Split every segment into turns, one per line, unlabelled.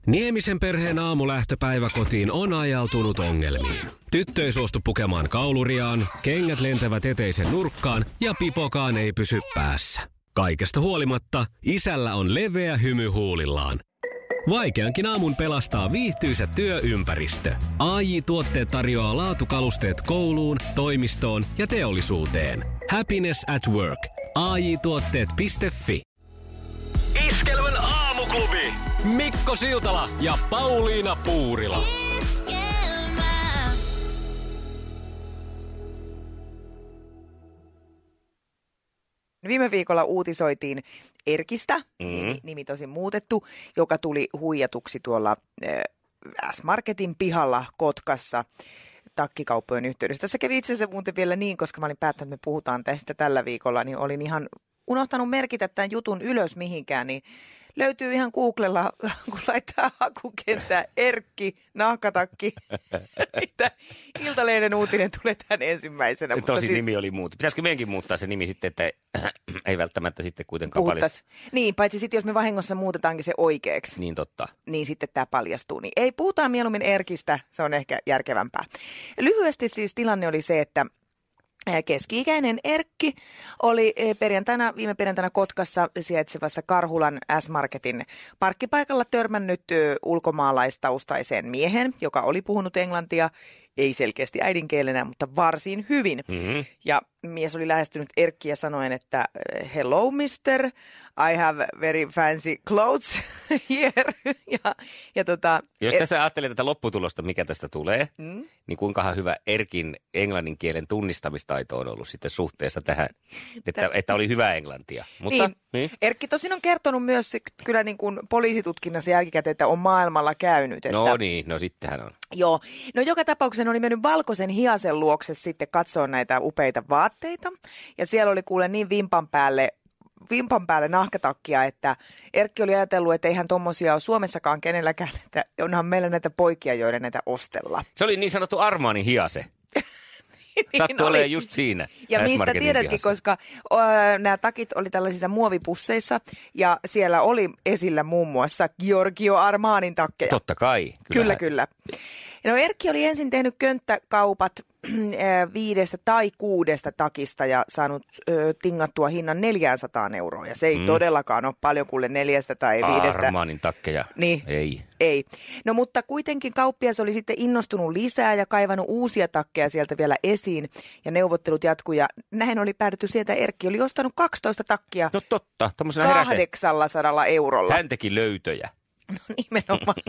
Niemisen perheen aamulähtöpäivä kotiin on ajautunut ongelmiin. Tyttö ei suostu pukemaan kauluriaan, kengät lentävät eteisen nurkkaan ja pipokaan ei pysy päässä. Kaikesta huolimatta, isällä on leveä hymy huulillaan. Vaikeankin aamun pelastaa viihtyisä työympäristö. AJ-tuotteet tarjoaa laatukalusteet kouluun, toimistoon ja teollisuuteen. Happiness at work. AJ-tuotteet.fi.
Iskelmän aamuklubi.
Mikko Siltala ja Pauliina Puurila.
Iskelmä.
Viime viikolla uutisoitiin Erkistä, nimi tosin muutettu, joka tuli huijatuksi tuolla S-Marketin pihalla Kotkassa takkikauppojen yhteydessä. Tässä kävi itse asiassa muuten vielä niin, koska mä olin päättänyt, että me puhutaan tästä tällä viikolla, niin olin ihan unohtanut merkitä tämän jutun ylös mihinkään, niin löytyy ihan Googlella, kun laittaa hakukenttää Erkki, nahkatakki. Iltalehden uutinen tulee tämän ensimmäisenä.
Tosi siis nimi oli muutu. Pitäisikö meidänkin muuttaa se nimi sitten, että ei välttämättä sitten kuitenkaan
paljastaa? Niin, paitsi sitten jos me vahingossa muutetaankin se oikeaksi.
Niin totta.
Niin sitten tämä paljastuu. Niin ei, puhutaan mieluummin Erkistä, se on ehkä järkevämpää. Lyhyesti siis tilanne oli se, että keski-ikäinen Erkki oli viime perjantaina Kotkassa sijaitsevassa Karhulan S-Marketin parkkipaikalla törmännyt ulkomaalaistaustaiseen miehen, joka oli puhunut englantia, ei selkeästi äidinkielenä, mutta varsin hyvin. Mm-hmm. Ja mies oli lähestynyt Erkkiä sanoen, että hello mister, I have very fancy clothes here.
Jos tässä ajattelee tätä lopputulosta, mikä tästä tulee, niin kuinkahan hyvä Erkin englannin kielen tunnistamistaito on ollut sitten suhteessa tähän, että oli hyvä englantia. Mutta, niin.
Erkki tosin on kertonut myös kyllä niin kuin poliisitutkinnassa jälkikäteen, että on maailmalla käynyt. Että
No sittenhän on.
Joo, no joka tapauksessa oli mennyt valkoisen hiasen luokse sitten katsoa näitä upeita vaatteita. Ja siellä oli kuule niin vimpan päälle nahkatakkia, että Erkki oli ajatellut, että eihän tommosia ole Suomessakaan kenelläkään, että onhan meillä näitä poikia, joiden näitä ostella.
Se oli niin sanottu Armani hiase. Sattuu olemaan just siinä.
Ja mistä tiedätkin, koska nämä takit oli tällaisissa muovipusseissa ja siellä oli esillä muun muassa Giorgio Armanin takkeja.
Totta kai.
Kyllä. No Erkki oli ensin tehnyt könttäkaupat 5 tai 6 takista ja saanut tingattua hinnan 400 €. Ja se ei todellakaan ole paljon kuule 4 tai 5.
Armanin takkeja.
Niin. Ei. No mutta kuitenkin kauppias oli sitten innostunut lisää ja kaivannut uusia takkeja sieltä vielä esiin. Ja neuvottelut jatkui ja näin oli päädytty sieltä. Erkki oli ostanut 12 takkia.
No totta.
800 €.
Hän teki löytöjä.
No nimenomaan.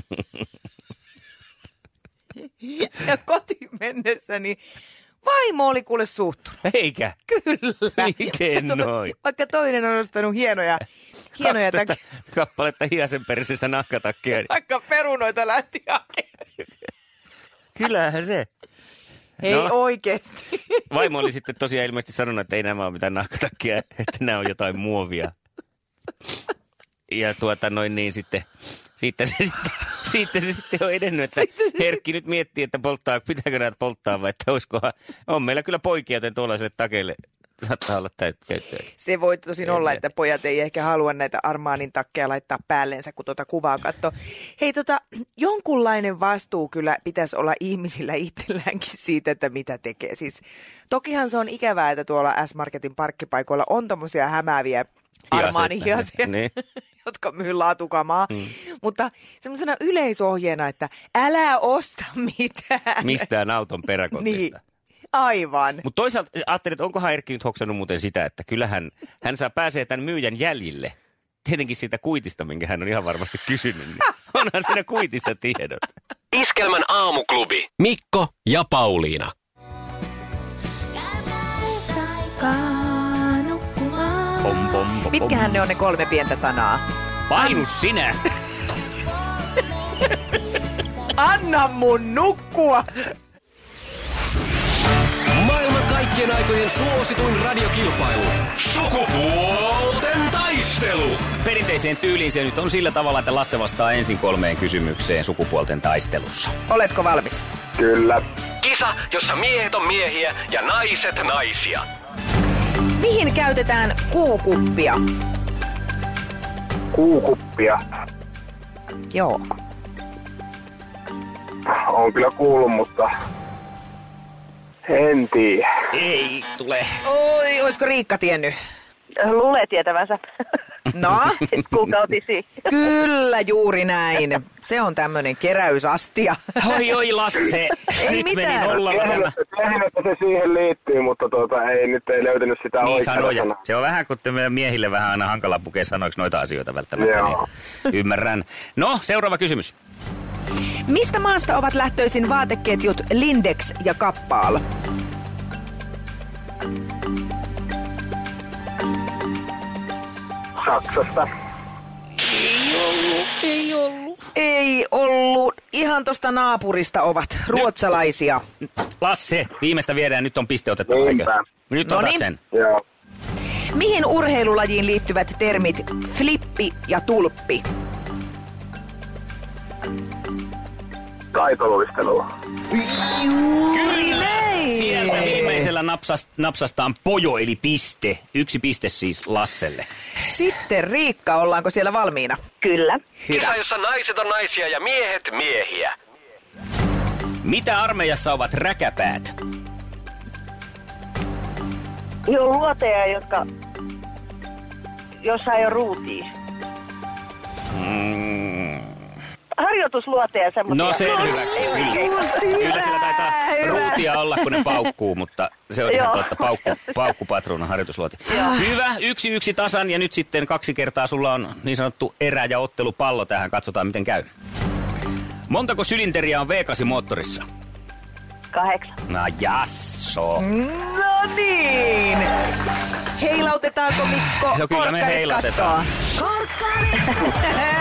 Ja kotiin mennessäni vaimo oli kuule suuttunut.
Eikä?
Kyllä.
Miten noin?
Vaikka toinen on ostanut hienoja
12 kappaletta hiasenperäisestä nahkatakkia.
Vaikka perunoita lähti hakemaan.
Kyllähän se.
Ei oikeesti.
Vaimo oli sitten tosiaan ilmeisesti sanonut, että ei nämä ole mitään nahkatakkia, että nämä on jotain muovia. Ja siitä se sitten on edennyt, että Herkki nyt miettii, että pitääkö näitä polttaa vai että on meillä kyllä poikia, joten tuollaiselle takeille saattaa olla käyttöä.
Se voi tosin olla, että pojat ei ehkä halua näitä Armanin takkeja laittaa päälleensä, kun tuota kuvaa katsoo. Hei, jonkunlainen vastuu kyllä pitäisi olla ihmisillä itselläänkin siitä, että mitä tekee. Siis, tokihan se on ikävää, että tuolla S-Marketin parkkipaikoilla on tommosia hämääviä Armani-hiasia, niin. Jotka myy laatukamaa. Mutta semmoisena yleisohjeena, että älä osta mitään.
Mistään auton peräkontista.
Niin, aivan.
Mutta toisaalta ajattelin, että onkohan Erkki nyt hoksannut muuten sitä, että kyllähän hän pääsee tämän myyjän jäljille. Tietenkin siitä kuitista, minkä hän on ihan varmasti kysynyt. Niin onhan siinä kuitissa tiedot.
Iskelmän aamuklubi.
Mikko ja Pauliina.
Mitkähän ne on ne 3 pientä sanaa?
Painu sinä!
Anna mun nukkua!
Maailman kaikkien aikojen suosituin radiokilpailu. Sukupuolten taistelu.
Perinteiseen tyyliin se nyt on sillä tavalla, että Lasse vastaa ensin 3 kysymykseen sukupuolten taistelussa.
Oletko valmis?
Kyllä.
Kisa, jossa miehet on miehiä ja naiset naisia.
Mihin käytetään kuukuppia?
Kuukuppia.
Joo.
on kyllä kuullut, mutta en tiedä.
Ei tule.
Oi, olisiko Riikka tiennyt?
Luulee tietävänsä.
No?
Kuukautisia.
Kyllä, juuri näin. Se on tämmöinen keräysastia.
Oi Lasse,
Ei
nyt
mitään.
meni nollalla tämä.
Tiesin, että se siihen liittyy, mutta ei löytynyt sitä
Niin
oikeaa
sanoja.
sanaa.
Se on vähän kuin meidän miehille vähän aina hankala pukea sanoiksi noita asioita välttämättä.
Joo.
Niin ymmärrän. No, seuraava kysymys.
Mistä maasta ovat lähtöisin vaateketjut Lindex ja Kappaal?
Saksasta.
Ei ollut. Ihan tosta naapurista ovat. Ruotsalaisia.
Lasse, viimeistä viedään. Nyt on piste otettava, eikö?
Niinpä.
Nyt
Noniin.
otat sen.
Joo.
Mihin urheilulajiin liittyvät termit flippi ja tulppi?
Taitoluistelua.
Kyllä!
näin.
Sieltä viimeisellä napsastaan pojo, eli piste. 1 piste siis Lasselle.
Sitten Riikka, ollaanko siellä valmiina?
Kyllä.
Kisa, jossa naiset on naisia ja miehet miehiä.
Mitä armeijassa ovat räkäpäät?
Joo, luoteja, jotka jossain on ruutia. Harjoitusluoteja semmoisia.
No se hyvä. Kyllä siellä taitaa ruutia olla, kun ne paukkuu, mutta se on ihan totta. Paukkupatruunan harjoitusluoti. Hyvä, 1-1 tasan ja nyt sitten 2 kertaa sulla on niin sanottu erä- ja ottelupallo tähän. Katsotaan miten käy. Montako sylinteriä on V8-moottorissa?
8.
No jasso.
No niin. Heilautetaanko Mikko?
No kyllä me
Korkkarit
heilautetaan.
kattoo.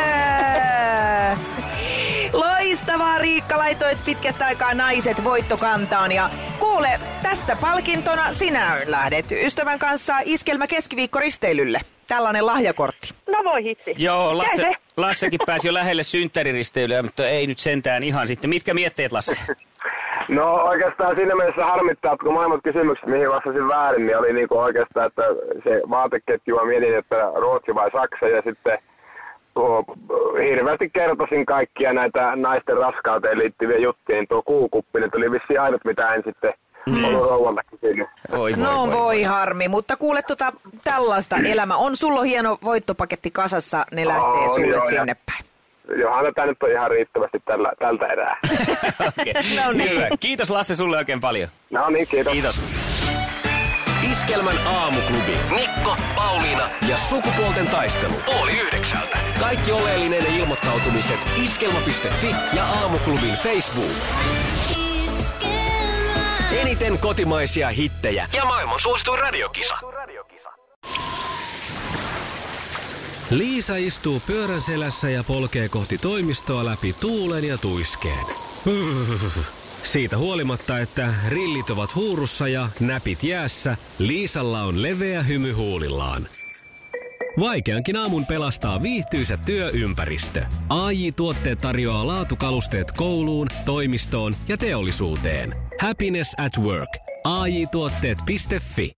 Loistavaa, Riikka, laitoit pitkästä aikaa naiset voittokantaan ja kuule, tästä palkintona sinä lähdet ystävän kanssa Iskelmä keskiviikkoristeilylle. Tällainen lahjakortti.
No voi hitsi.
Joo,
Käy se.
Lassekin pääsi jo lähelle synttäriristeilyä, mutta ei nyt sentään ihan sitten. Mitkä mietteet, Lasse?
No oikeastaan siinä mielessä harmittaa, että kun maailmat kysymykset, mihin vastasin väärin, niin oli niinku oikeastaan, että se vaateketju, mä mietin, että Ruotsi vai Saksa, ja sitten hirveästi kertoisin kaikkia näitä naisten raskauteen liittyviä juttuja, niin tuo kuukuppi, nyt oli vissiin ainut, mitä en sitten ollut rouvalta kysynyt.
Voi harmi, mutta kuule tällaista elämä on. Sulla on hieno voittopaketti kasassa, ne lähtee sulle
joo,
sinne päin.
Johan tätä nyt on ihan riittävästi tältä erää.
Okay.
No niin.
Hyvä. Kiitos Lasse sulle oikein paljon.
No niin, kiitos.
Kiitos.
Iskelmän aamuklubi. Mikko, Pauliina ja sukupuolten taistelu. 8:30. Kaikki oleellinen ilmoittautumiset iskelma.fi ja aamuklubin Facebook. Eniten kotimaisia hittejä ja maailman suosituin radiokisa.
Liisa istuu pyörän selässä ja polkee kohti toimistoa läpi tuulen ja tuiskeen. Siitä huolimatta, että rillit ovat huurussa ja näpit jäässä, Liisalla on leveä hymy huulillaan. Vaikeankin aamun pelastaa viihtyisä työympäristö. AJ-tuotteet tarjoaa laatukalusteet kouluun, toimistoon ja teollisuuteen. Happiness at work. AJ-tuotteet.fi